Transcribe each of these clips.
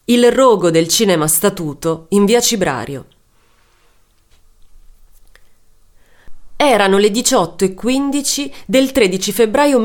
Il rogo del cinema Statuto in via Cibrario. Erano le 18:15 del 13 febbraio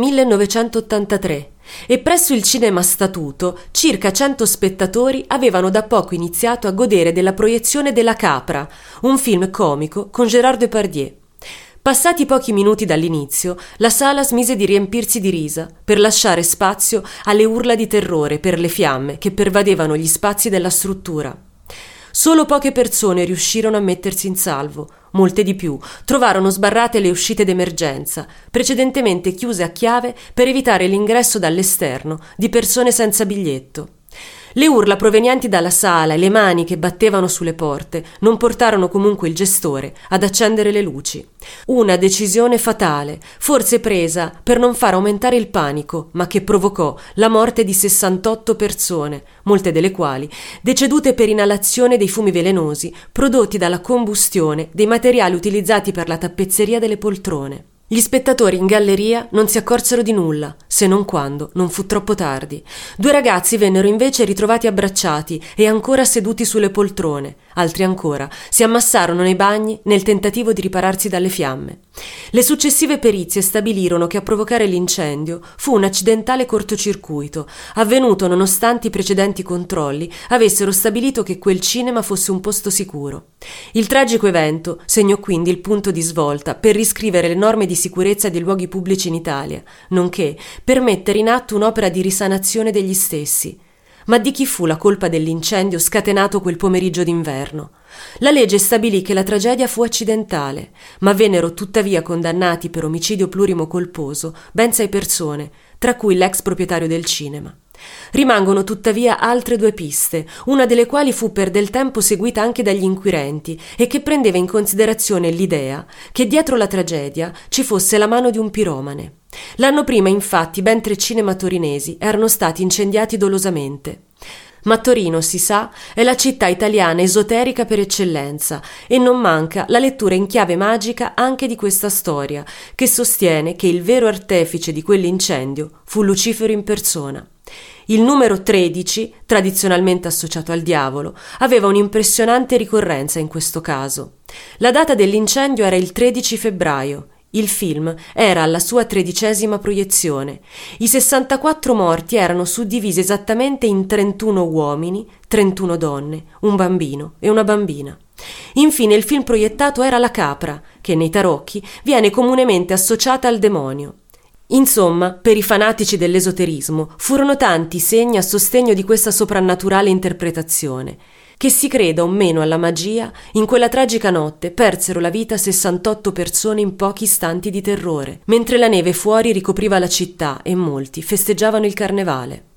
1983 e presso il cinema Statuto circa 100 spettatori avevano da poco iniziato a godere della proiezione della Capra, un film comico con Gérard Depardieu. Passati pochi minuti dall'inizio, la sala smise di riempirsi di risa per lasciare spazio alle urla di terrore per le fiamme che pervadevano gli spazi della struttura. Solo poche persone riuscirono a mettersi in salvo, molte di più trovarono sbarrate le uscite d'emergenza, precedentemente chiuse a chiave per evitare l'ingresso dall'esterno di persone senza biglietto. Le urla provenienti dalla sala e le mani che battevano sulle porte non portarono comunque il gestore ad accendere le luci. Una decisione fatale, forse presa per non far aumentare il panico, ma che provocò la morte di 68 persone, molte delle quali decedute per inalazione dei fumi velenosi prodotti dalla combustione dei materiali utilizzati per la tappezzeria delle poltrone. Gli spettatori in galleria non si accorsero di nulla, se non quando non fu troppo tardi. 2 ragazzi vennero invece ritrovati abbracciati e ancora seduti sulle poltrone. Altri ancora si ammassarono nei bagni nel tentativo di ripararsi dalle fiamme. Le successive perizie stabilirono che a provocare l'incendio fu un accidentale cortocircuito, avvenuto nonostante i precedenti controlli avessero stabilito che quel cinema fosse un posto sicuro. Il tragico evento segnò quindi il punto di svolta per riscrivere le norme di sicurezza dei luoghi pubblici in Italia, nonché per mettere in atto un'opera di risanazione degli stessi. Ma di chi fu la colpa dell'incendio scatenato quel pomeriggio d'inverno? La legge stabilì che la tragedia fu accidentale, ma vennero tuttavia condannati per omicidio plurimo colposo ben 6 persone, tra cui l'ex proprietario del cinema. Rimangono tuttavia altre 2 piste, una delle quali fu per del tempo seguita anche dagli inquirenti e che prendeva in considerazione l'idea che dietro la tragedia ci fosse la mano di un piromane. L'anno prima, infatti, ben 3 cinema torinesi erano stati incendiati dolosamente. Ma Torino, si sa, è la città italiana esoterica per eccellenza e non manca la lettura in chiave magica anche di questa storia, che sostiene che il vero artefice di quell'incendio fu Lucifero in persona. Il numero 13, tradizionalmente associato al diavolo, aveva un'impressionante ricorrenza in questo caso. La data dell'incendio era il 13 febbraio. Il film era alla sua 13ª proiezione. I 64 morti erano suddivisi esattamente in 31 uomini, 31 donne, un bambino e una bambina. Infine il film proiettato era La Capra, che nei tarocchi viene comunemente associata al demonio. Insomma, per i fanatici dell'esoterismo furono tanti i segni a sostegno di questa soprannaturale interpretazione. Che si creda o meno alla magia, in quella tragica notte persero la vita 68 persone in pochi istanti di terrore, mentre la neve fuori ricopriva la città e molti festeggiavano il carnevale.